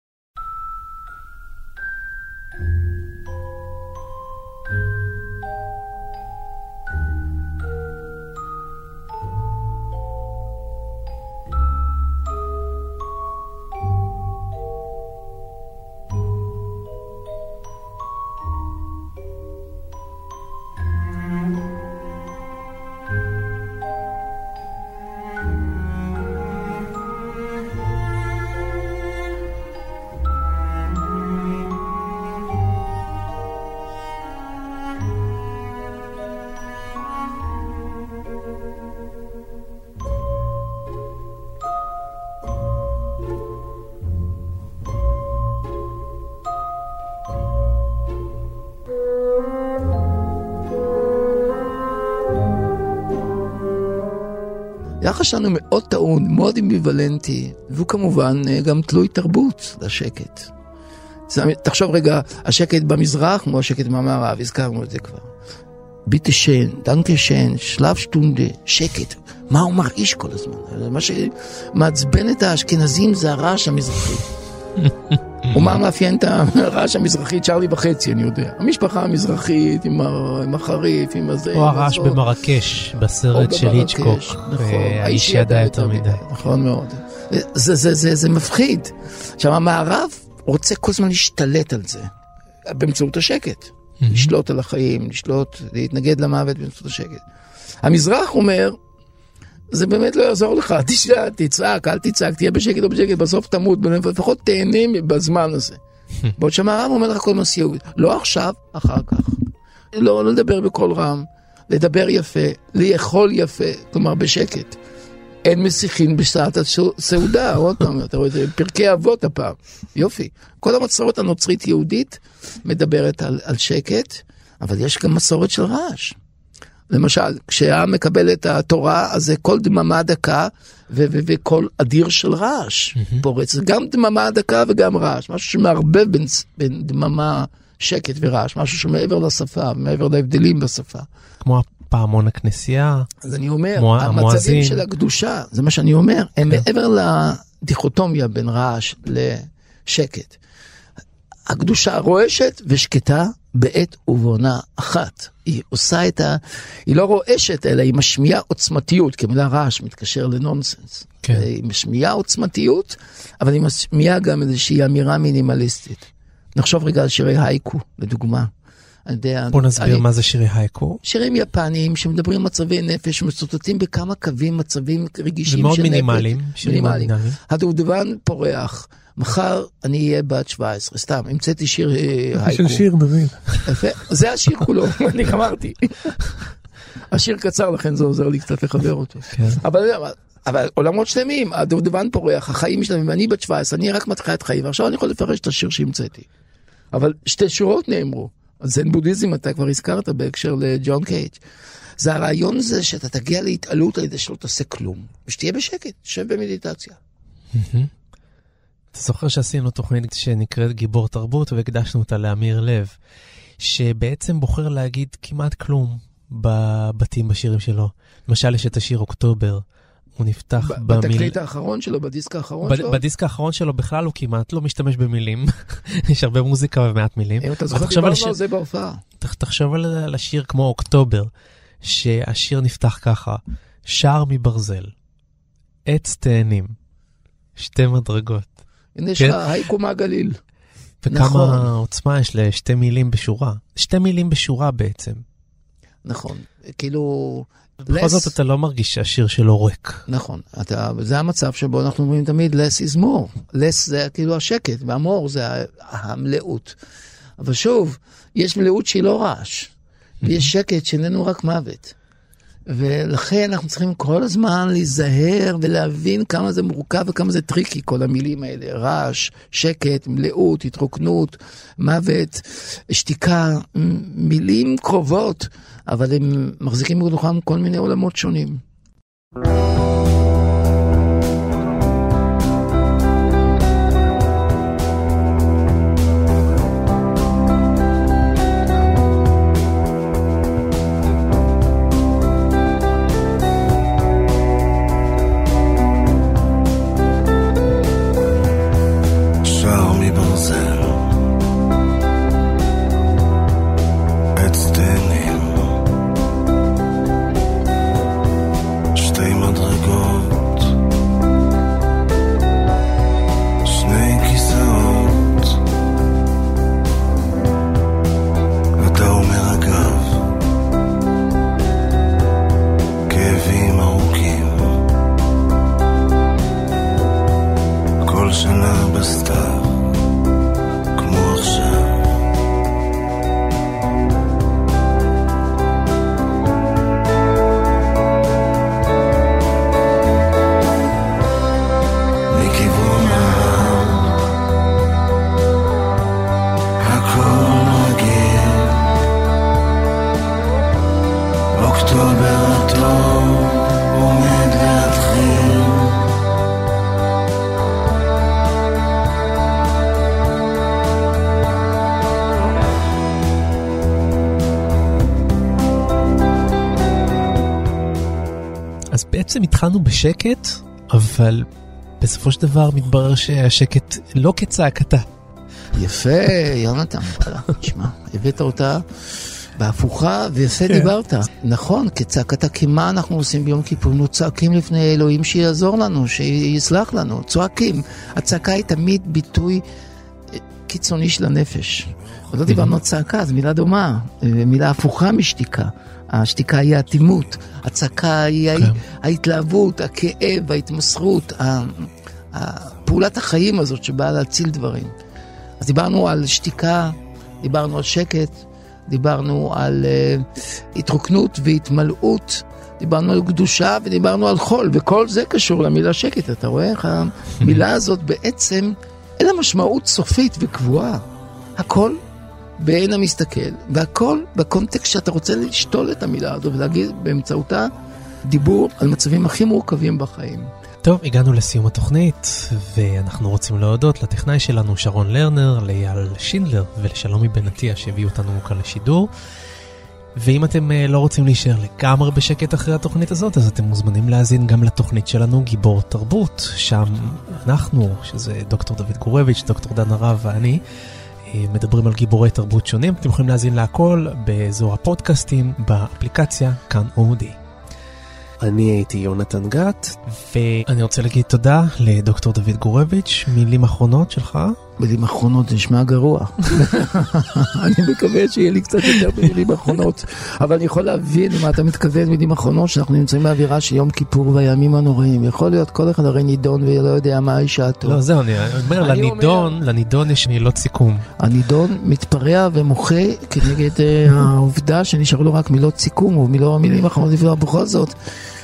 היחס שלנו מאוד טעון, מאוד אמביוולנטי, והוא כמובן גם תלוי תרבות לשקט. תחשוב רגע, השקט במזרח כמו השקט במערב, הזכרנו את זה כבר. ביטה שן, דנקה שן, שלב שטונדה, שקט. מה הוא מרעיש כל הזמן? מה שמעצבן את האשכנזים זה הרעש המזרחי. ומה מאפיין את הרעש המזרחי? צ'רלי וחצי, אני יודע. המשפחה המזרחית עם החריף, עם הזה. או הרעש במרקש, בסרט של היצ'קוק. האיש ידע יותר מדי. נכון מאוד. זה מפחיד. עכשיו, המערב רוצה כל הזמן להשתלט על זה. באמצעות השקט. לשלוט על החיים, להתנגד למוות באמצעות השקט. המזרח אומר, זה באמת לא יעזור לך, תצעק, אל תצעק, תהיה בשקט או בשקט, בסוף תמות, לפחות תהנה בזמן הזה. בעוד שהמערב אומר לך כל מסיעות, לא עכשיו, אחר כך. לא לדבר בקול רם, לדבר יפה, לאכול יפה, כלומר בשקט. אין מסיחין בשעת הסעודה, עוד פעם, אתה רואה, זה פרקי אבות הפעם, יופי. כל המסורת הנוצרית יהודית מדברת על שקט, אבל יש גם מסורת של רעש. למשל, כשהעם מקבל את התורה, אז זה כל דממה דקה וכל אדיר של רעש פורץ. זה גם דממה דקה וגם רעש. משהו שמערבב בין דממה, שקט ורעש. משהו שמעבר לשפה, מעבר להבדלים בשפה. כמו הפעמון הכנסייה. אז אני אומר, המצבים של הקדושה, זה מה שאני אומר, הם מעבר לדיכוטומיה בין רעש לשקט. הקדושה רועשת ושקטה בעת ובעונה אחת. היא עושה היא לא רועשת, אלא היא משמיעה עוצמתיות, כי המילה רעש מתקשר לנונסנס. כן. היא משמיעה עוצמתיות, אבל היא משמיעה גם איזושהי אמירה מינימליסטית. נחשוב רגע על שירי הייקו, לדוגמה. בוא נסביר מה זה שירי הייקו. שירים יפניים שמדברים על מצבי נפש, מצוטטים בכמה קווים, מצבים רגישים של נפש. ומאוד מינימליים. מינימליים. הדובדבן פורח. מחר אני אהיה בת 17, סתם, המצאתי שיר הייקו. של שיר דוד. זה השיר כולו, אני אמרתי. השיר קצר, לכן זה עוזר לי קצת לחבר אותו. אבל עולמות שלמים, הדובדבן פורח, החיים שלמים, ואני בת 17, אני רק מתחילה את חיים, ועכשיו אני יכול לפרש את השיר שהמצאתי. אבל 2 שורות נאמרו. זן בודהיזם אתה כבר הזכרת בהקשר לג'ון קייג'. זה הרעיון הזה שאתה תגיע להתעלות על ידי שלא תעשה כלום, ושתהיה בשקט, שב במדיטציה. אתה זוכר שעשינו תוכנית שנקראת גיבור תרבות, והקדשנו אותה לאמיר לב, שבעצם בוחר להגיד כמעט כלום בבתים בשירים שלו. למשל יש את השיר אוקטובר, הוא נפתח בתקליט האחרון שלו, בדיסק האחרון שלו? בדיסק האחרון שלו בכלל הוא כמעט לא משתמש במילים. יש הרבה מוזיקה ומעט מילים. אתה זוכר דיברנו על זה בהופעה. תחשוב על השיר כמו אוקטובר, שהשיר נפתח ככה, שער מברזל, עץ תאנים, 2 מדרגות. הנה יש לך הייקו מהגליל. וכמה עוצמה יש ל2 מילים בשורה. 2 מילים בשורה בעצם. נכון, כאילו... בכל זאת אתה לא מרגיש שהשיר שלו ריק. נכון, זה המצב שבו אנחנו אומרים תמיד less is more. less זה כאילו השקט, והמור זה המלאות. אבל שוב, יש מלאות שהיא לא רעש. ויש שקט שאיננו רק מוות. ולכן אנחנו צריכים כל הזמן להיזהר ולהבין כמה זה מורכב וכמה זה טריקי, כל המילים האלה. רעש, שקט, מלאות, התרוקנות, מוות, שתיקה, מילים קרובות, אבל הם מחזיקים בגלוחם כל מיני עולמות שונים. בעצם התחלנו בשקט, אבל בסופו של דבר מתברר שהשקט לא כצעקתה. יפה, יונתן, תשמע, הבאת אותה בהפוכה ויפה דיברת. נכון, כצעקתה, כי מה אנחנו עושים ביום כיפור? אנחנו צועקים לפני אלוהים שיעזור לנו, שיסלח לנו, צועקים. הצעקה היא תמיד ביטוי קיצוני של הנפש. לא דיברנו צעקה, זו מילה דומה, מילה הפוכה משתיקה. השתיקה היא האטימות, הצעקה היא ההתלהבות, הכאב, ההתמסרות, פעולת החיים הזאת שבאה להציל דברים. אז דיברנו על שתיקה, דיברנו על שקט, דיברנו על התרוקנות והתמלאות, דיברנו על קדושה ודיברנו על חול, וכל זה קשור למילה שקט. אתה רואה איך המילה הזאת בעצם אין לה משמעות סופית וקבועה. הכל בעין המסתכל, והכל בקונטקסט שאתה רוצה לשתול את המילה הזו ולהגיד באמצעותה דיבור על מצבים הכי מורכבים בחיים. טוב, הגענו לסיום התוכנית, ואנחנו רוצים להודות לטכנאי שלנו שרון לרנר, לאייל שינדלר ולשלומי בן עטיה שהביאו אותנו כאן לשידור. ואם אתם לא רוצים להישאר לגמרי בשקט אחרי התוכנית הזאת, אז אתם מוזמנים להאזין גם לתוכנית שלנו גיבור תרבות, שם אנחנו, שזה דוקטור דוד גורביץ', דוקטור דן הרב ואני, מדברים על גיבורי תרבות שונים. אתם יכולים להאזין להכל באזור הפודקאסטים, באפליקציה כאן אודי. אני הייתי יונתן גת, ואני רוצה להגיד תודה לדוקטור דוד גורביץ'. מילים אחרונות שלך? מילים אחרונות זה נשמע גרוע. אני מקווה שיהיה לי קצת יותר מילים אחרונות, אבל אני יכול להבין מה אתה מתכוון מילים אחרונות, שאנחנו נמצאים באווירה של יום כיפור והימים הנוראים. יכול להיות כל אחד הרי נידון ולא יודע מה האישתו. לא, זהו, אני אומר, לנידון יש מילות סיכום. הנידון מתפרע ומוחה כנגד העובדה שנשארו לו רק מילות סיכום, או מילים אחרונות, בכל זאת.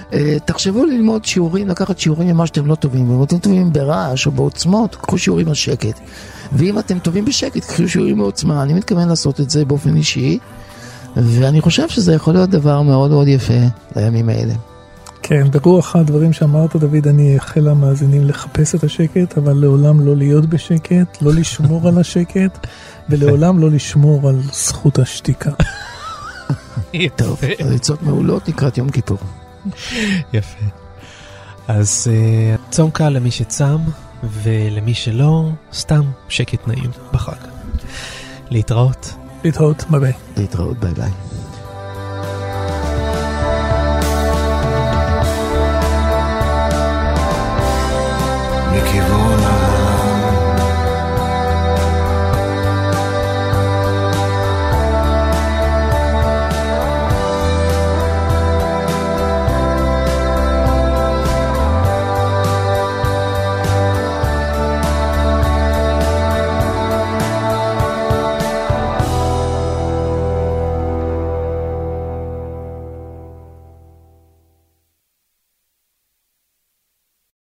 תחשבו ללמוד שיעורים, לקחת שיעורים ממה שאתם לא טובים, ואם אתם טובים ברעש או בעוצמות, קחו שיעורים על שקט. ואם אתם טובים בשקט, קחו שיעורים בעוצמה. אני מתכוון לעשות את זה באופן אישי, ואני חושב שזה יכול להיות דבר מאוד מאוד יפה לימים האלה. כן, ברוח הדברים שאמרת, דוד, אני אאחל למאזינים לחפש את השקט, אבל לעולם לא להיות בשקט, לא לשמור על השקט, ולעולם לא לשמור על זכות השתיקה. טוב, עצות מעולות לקראת יום כיפור. יפה. אז צום קל למי שצם, ולמי שלא, סתם שקט נעים בחג. להתראות. להתראות, ביי ביי. להתראות, ביי ביי.